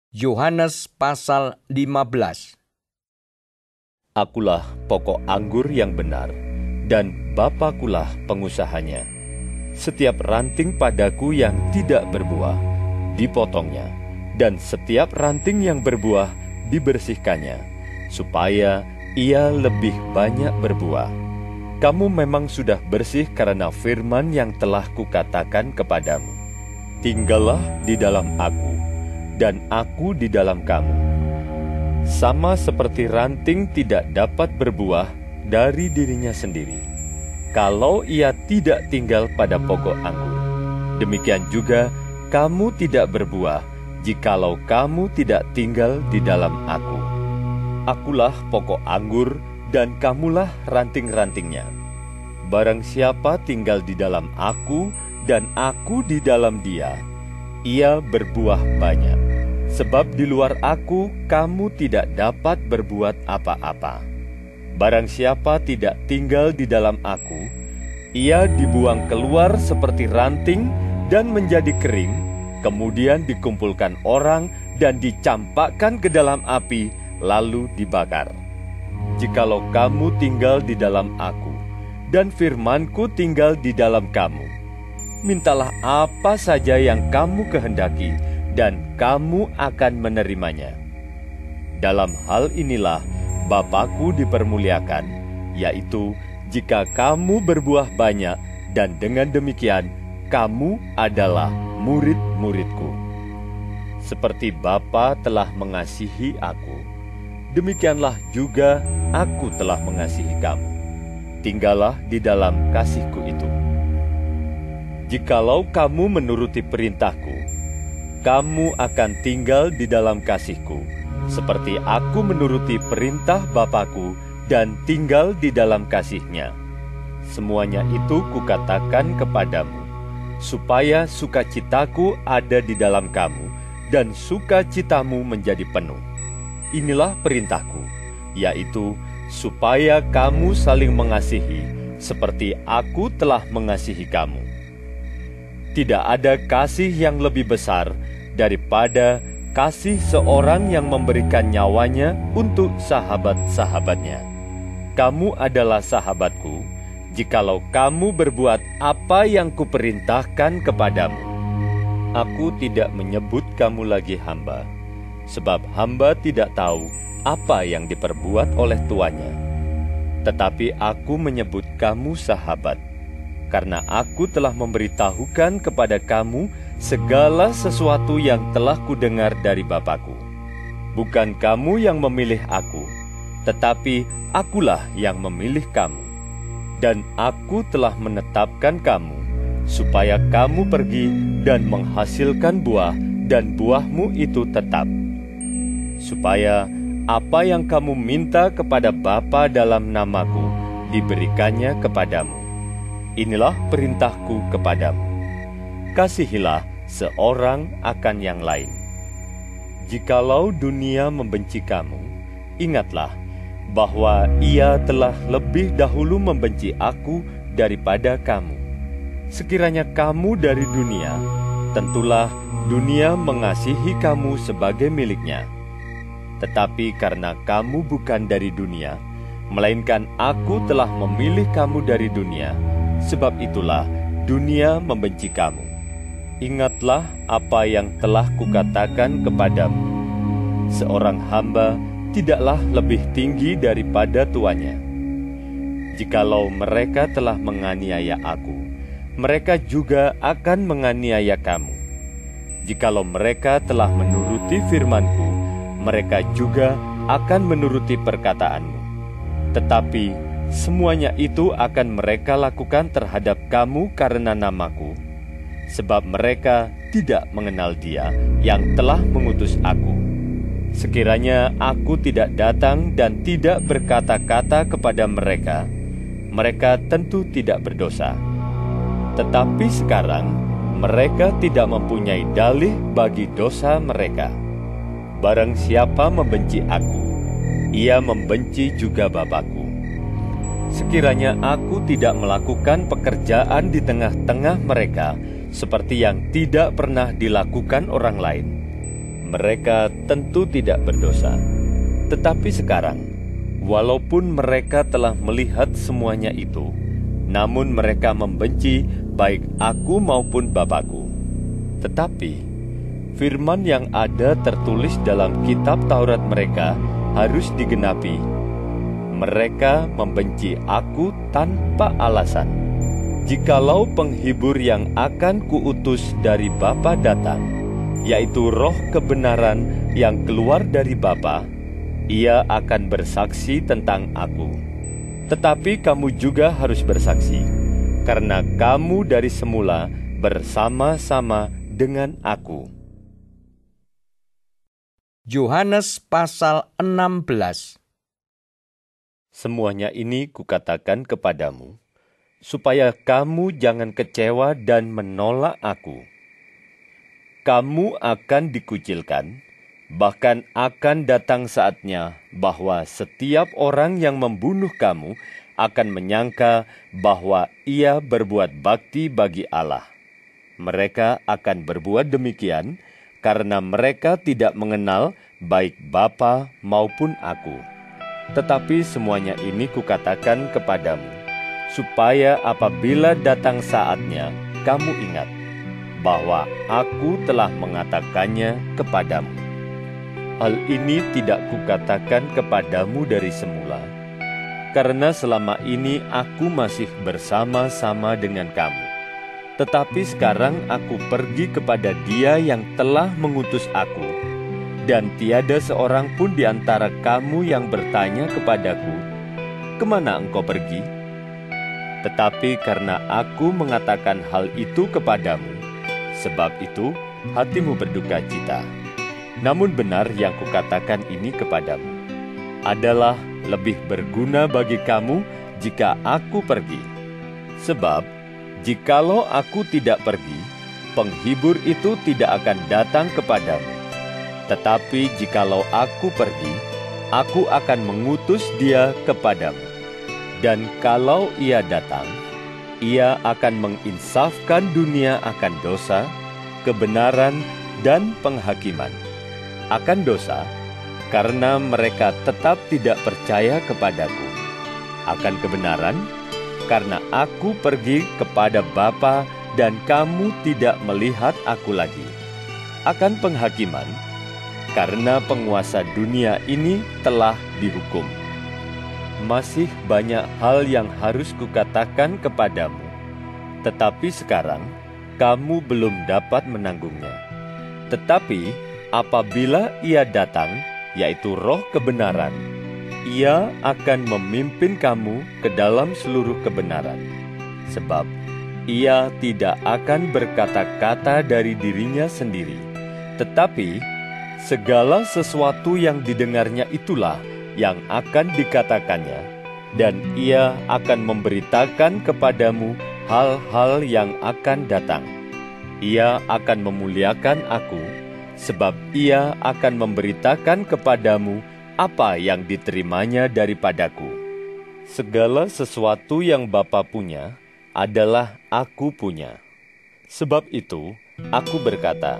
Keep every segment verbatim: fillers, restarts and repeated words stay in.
Yohanes pasal lima belas. Akulah pokok anggur yang benar, dan Bapakulah pengusahanya. Setiap ranting padaku yang tidak berbuah, dipotongnya, dan setiap ranting yang berbuah, dibersihkannya, supaya ia lebih banyak berbuah. Kamu memang sudah bersih karena firman yang telah kukatakan kepadamu. Tinggallah di dalam aku, dan aku di dalam kamu. Sama seperti ranting tidak dapat berbuah dari dirinya sendiri, kalau ia tidak tinggal pada pokok anggur. Demikian juga kamu tidak berbuah, jikalau kamu tidak tinggal di dalam aku. Akulah pokok anggur, dan kamulah ranting-rantingnya. Barang siapa tinggal di dalam aku, dan aku di dalam dia, ia berbuah banyak. Sebab di luar aku, kamu tidak dapat berbuat apa-apa. Barang siapa tidak tinggal di dalam aku, ia dibuang keluar seperti ranting dan menjadi kering, kemudian dikumpulkan orang dan dicampakkan ke dalam api, lalu dibakar. Jikalau kamu tinggal di dalam aku, dan firmanku tinggal di dalam kamu, mintalah apa saja yang kamu kehendaki, dan kamu akan menerimanya. Dalam hal inilah Bapakku dipermuliakan, yaitu jika kamu berbuah banyak, dan dengan demikian kamu adalah murid-muridku. Seperti Bapa telah mengasihi aku, demikianlah juga aku telah mengasihi kamu. Tinggallah di dalam kasihku itu. Jikalau kamu menuruti perintahku, kamu akan tinggal di dalam kasihku, seperti aku menuruti perintah Bapakku dan tinggal di dalam kasihnya. Semuanya itu kukatakan kepadamu, supaya sukacitaku ada di dalam kamu, dan sukacitamu menjadi penuh. Inilah perintahku, yaitu supaya kamu saling mengasihi, seperti aku telah mengasihi kamu. Tidak ada kasih yang lebih besar daripada kasih seorang yang memberikan nyawanya untuk sahabat-sahabatnya. Kamu adalah sahabatku, jikalau kamu berbuat apa yang kuperintahkan kepadamu. Aku tidak menyebut kamu lagi hamba, sebab hamba tidak tahu apa yang diperbuat oleh tuannya. Tetapi aku menyebut kamu sahabat, karena aku telah memberitahukan kepada kamu segala sesuatu yang telah kudengar dari Bapakku. Bukan kamu yang memilih aku, tetapi akulah yang memilih kamu. Dan aku telah menetapkan kamu, supaya kamu pergi dan menghasilkan buah, dan buahmu itu tetap. Supaya apa yang kamu minta kepada Bapa dalam namaku, diberikannya kepadamu. Inilah perintahku kepadamu. Kasihilah seorang akan yang lain. Jikalau dunia membenci kamu, ingatlah bahwa ia telah lebih dahulu membenci aku daripada kamu. Sekiranya kamu dari dunia, tentulah dunia mengasihi kamu sebagai miliknya. Tetapi karena kamu bukan dari dunia, melainkan aku telah memilih kamu dari dunia, sebab itulah dunia membenci kamu. Ingatlah apa yang telah kukatakan kepadamu. Seorang hamba tidaklah lebih tinggi daripada tuannya. Jikalau mereka telah menganiaya aku, mereka juga akan menganiaya kamu. Jikalau mereka telah menuruti firmanku, mereka juga akan menuruti perkataanmu. Tetapi semuanya itu akan mereka lakukan terhadap kamu karena namaku, sebab mereka tidak mengenal Dia yang telah mengutus aku. Sekiranya aku tidak datang dan tidak berkata-kata kepada mereka, mereka tentu tidak berdosa. Tetapi sekarang mereka tidak mempunyai dalih bagi dosa mereka. Barang siapa membenci aku, ia membenci juga Bapakku. Sekiranya aku tidak melakukan pekerjaan di tengah-tengah mereka, seperti yang tidak pernah dilakukan orang lain, mereka tentu tidak berdosa. Tetapi sekarang, walaupun mereka telah melihat semuanya itu, namun mereka membenci baik aku maupun Bapakku. Tetapi firman yang ada tertulis dalam kitab Taurat mereka harus digenapi. Mereka membenci aku tanpa alasan. Jikalau penghibur yang akan kuutus dari Bapa datang, yaitu roh kebenaran yang keluar dari Bapa, ia akan bersaksi tentang aku. Tetapi kamu juga harus bersaksi, karena kamu dari semula bersama-sama dengan aku. Yohanes pasal enam belas. Semuanya ini kukatakan kepadamu, supaya kamu jangan kecewa dan menolak aku. Kamu akan dikucilkan, bahkan akan datang saatnya bahwa setiap orang yang membunuh kamu akan menyangka bahwa ia berbuat bakti bagi Allah. Mereka akan berbuat demikian karena mereka tidak mengenal baik Bapa maupun aku. Tetapi semuanya ini kukatakan kepadamu, supaya apabila datang saatnya, kamu ingat bahwa aku telah mengatakannya kepadamu. Hal ini tidak kukatakan kepadamu dari semula, karena selama ini aku masih bersama-sama dengan kamu. Tetapi sekarang aku pergi kepada Dia yang telah mengutus aku, dan tiada seorang pun di antara kamu yang bertanya kepadaku, "Kemana engkau pergi?" Tetapi karena aku mengatakan hal itu kepadamu, sebab itu hatimu berduka cita. Namun benar yang kukatakan ini kepadamu, adalah lebih berguna bagi kamu jika aku pergi. Sebab, jikalau aku tidak pergi, penghibur itu tidak akan datang kepadamu. Tetapi jikalau aku pergi, aku akan mengutus Dia kepadamu. Dan kalau Ia datang, Ia akan menginsafkan dunia akan dosa, kebenaran, dan penghakiman. Akan dosa, karena mereka tetap tidak percaya kepadaku. Akan kebenaran, karena aku pergi kepada Bapa dan kamu tidak melihat aku lagi. Akan penghakiman, karena penguasa dunia ini telah dihukum. Masih banyak hal yang harus kukatakan kepadamu, tetapi sekarang kamu belum dapat menanggungnya. Tetapi apabila Ia datang, yaitu Roh kebenaran, Ia akan memimpin kamu ke dalam seluruh kebenaran. Sebab Ia tidak akan berkata-kata dari dirinya sendiri, tetapi segala sesuatu yang didengarnya itulah yang akan dikatakannya, dan Ia akan memberitakan kepadamu hal-hal yang akan datang. Ia akan memuliakan aku, sebab Ia akan memberitakan kepadamu apa yang diterimanya daripadaku. Segala sesuatu yang Bapa punya adalah aku punya. Sebab itu, aku berkata,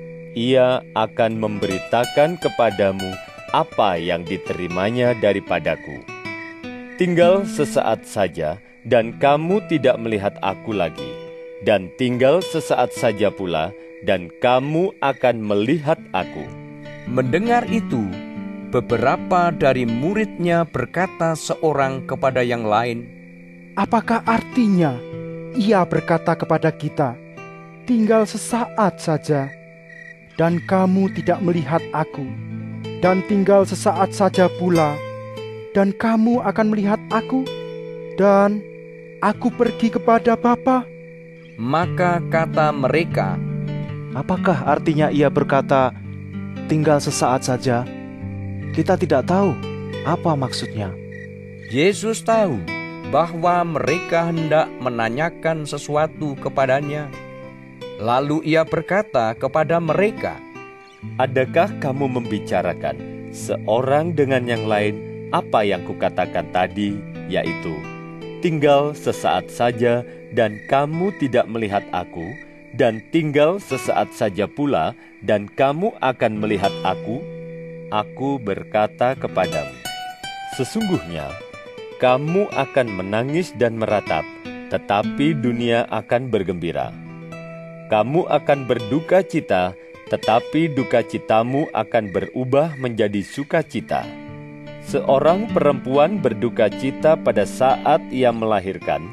Ia akan memberitakan kepadamu apa yang diterimanya daripadaku. Tinggal sesaat saja, dan kamu tidak melihat aku lagi. Dan tinggal sesaat saja pula, dan kamu akan melihat aku. Mendengar itu, beberapa dari murid-Nya berkata seorang kepada yang lain, "Apakah artinya Ia berkata kepada kita, 'Tinggal sesaat saja, dan kamu tidak melihat aku, dan tinggal sesaat saja pula, dan kamu akan melihat aku, dan aku pergi kepada Bapa'?" Maka kata mereka, "Apakah artinya Ia berkata, 'Tinggal sesaat saja'? Kita tidak tahu apa maksudnya." Yesus tahu bahwa mereka hendak menanyakan sesuatu kepadanya. Lalu Ia berkata kepada mereka, "Adakah kamu membicarakan seorang dengan yang lain apa yang kukatakan tadi, yaitu, tinggal sesaat saja dan kamu tidak melihat aku, dan tinggal sesaat saja pula, dan kamu akan melihat aku. Aku berkata kepadamu, sesungguhnya kamu akan menangis dan meratap, tetapi dunia akan bergembira. Kamu akan berduka cita, tetapi duka citamu akan berubah menjadi sukacita. Seorang perempuan berduka cita pada saat ia melahirkan,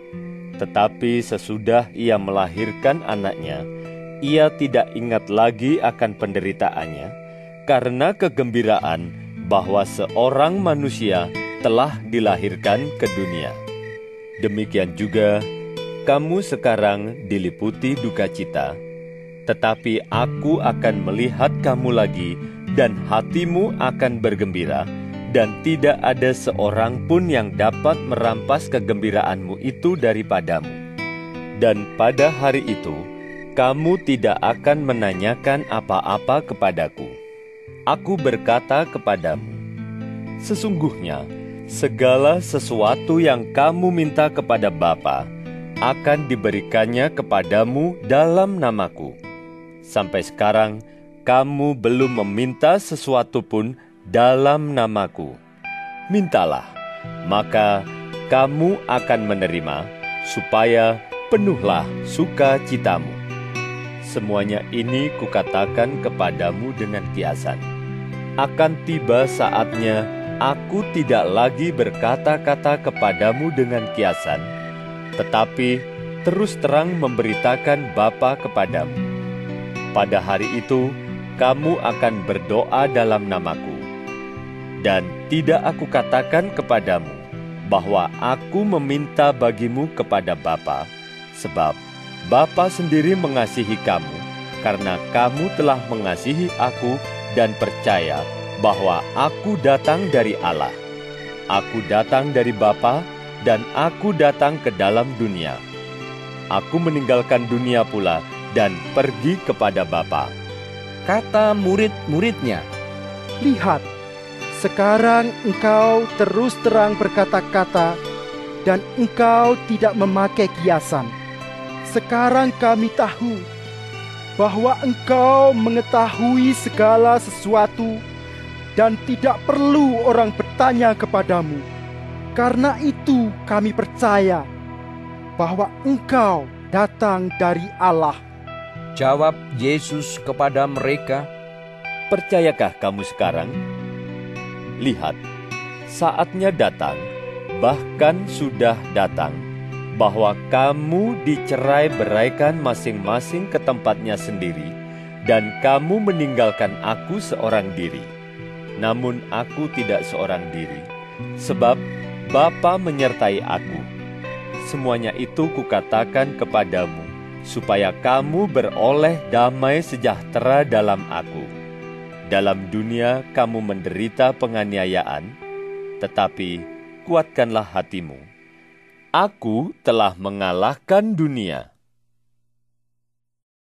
tetapi sesudah ia melahirkan anaknya, ia tidak ingat lagi akan penderitaannya, karena kegembiraan bahwa seorang manusia telah dilahirkan ke dunia. Demikian juga, kamu sekarang diliputi duka cita, tetapi aku akan melihat kamu lagi, dan hatimu akan bergembira, dan tidak ada seorang pun yang dapat merampas kegembiraanmu itu daripadamu. Dan pada hari itu, kamu tidak akan menanyakan apa-apa kepadaku. Aku berkata kepadamu, sesungguhnya segala sesuatu yang kamu minta kepada Bapa akan diberikannya kepadamu dalam namaku. Sampai sekarang, kamu belum meminta sesuatu pun dalam namaku. Mintalah, maka kamu akan menerima, supaya penuhlah sukacitamu. Semuanya ini kukatakan kepadamu dengan kiasan. Akan tiba saatnya aku tidak lagi berkata-kata kepadamu dengan kiasan, tetapi terus terang memberitakan Bapa kepadamu. Pada hari itu, kamu akan berdoa dalam namaku. Dan tidak aku katakan kepadamu bahwa aku meminta bagimu kepada Bapa, sebab Bapa sendiri mengasihi kamu, karena kamu telah mengasihi aku dan percaya bahwa aku datang dari Allah. Aku datang dari Bapa, dan aku datang ke dalam dunia. Aku meninggalkan dunia pula dan pergi kepada Bapa. Kata murid-muridnya, Lihat, sekarang engkau terus terang berkata-kata, dan engkau tidak memakai kiasan. Sekarang kami tahu bahwa engkau mengetahui segala sesuatu, dan tidak perlu orang bertanya kepadamu. Karena itu kami percaya bahwa engkau datang dari Allah. jawab Yesus kepada mereka, Percayakah kamu sekarang? Lihat, saatnya datang, bahkan sudah datang, bahwa kamu dicerai-beraikan masing-masing ke tempatnya sendiri, dan kamu meninggalkan aku seorang diri. Namun aku tidak seorang diri, sebab Bapa menyertai aku. Semuanya itu kukatakan kepadamu, supaya kamu beroleh damai sejahtera dalam aku. Dalam dunia kamu menderita penganiayaan, tetapi kuatkanlah hatimu. Aku telah mengalahkan dunia.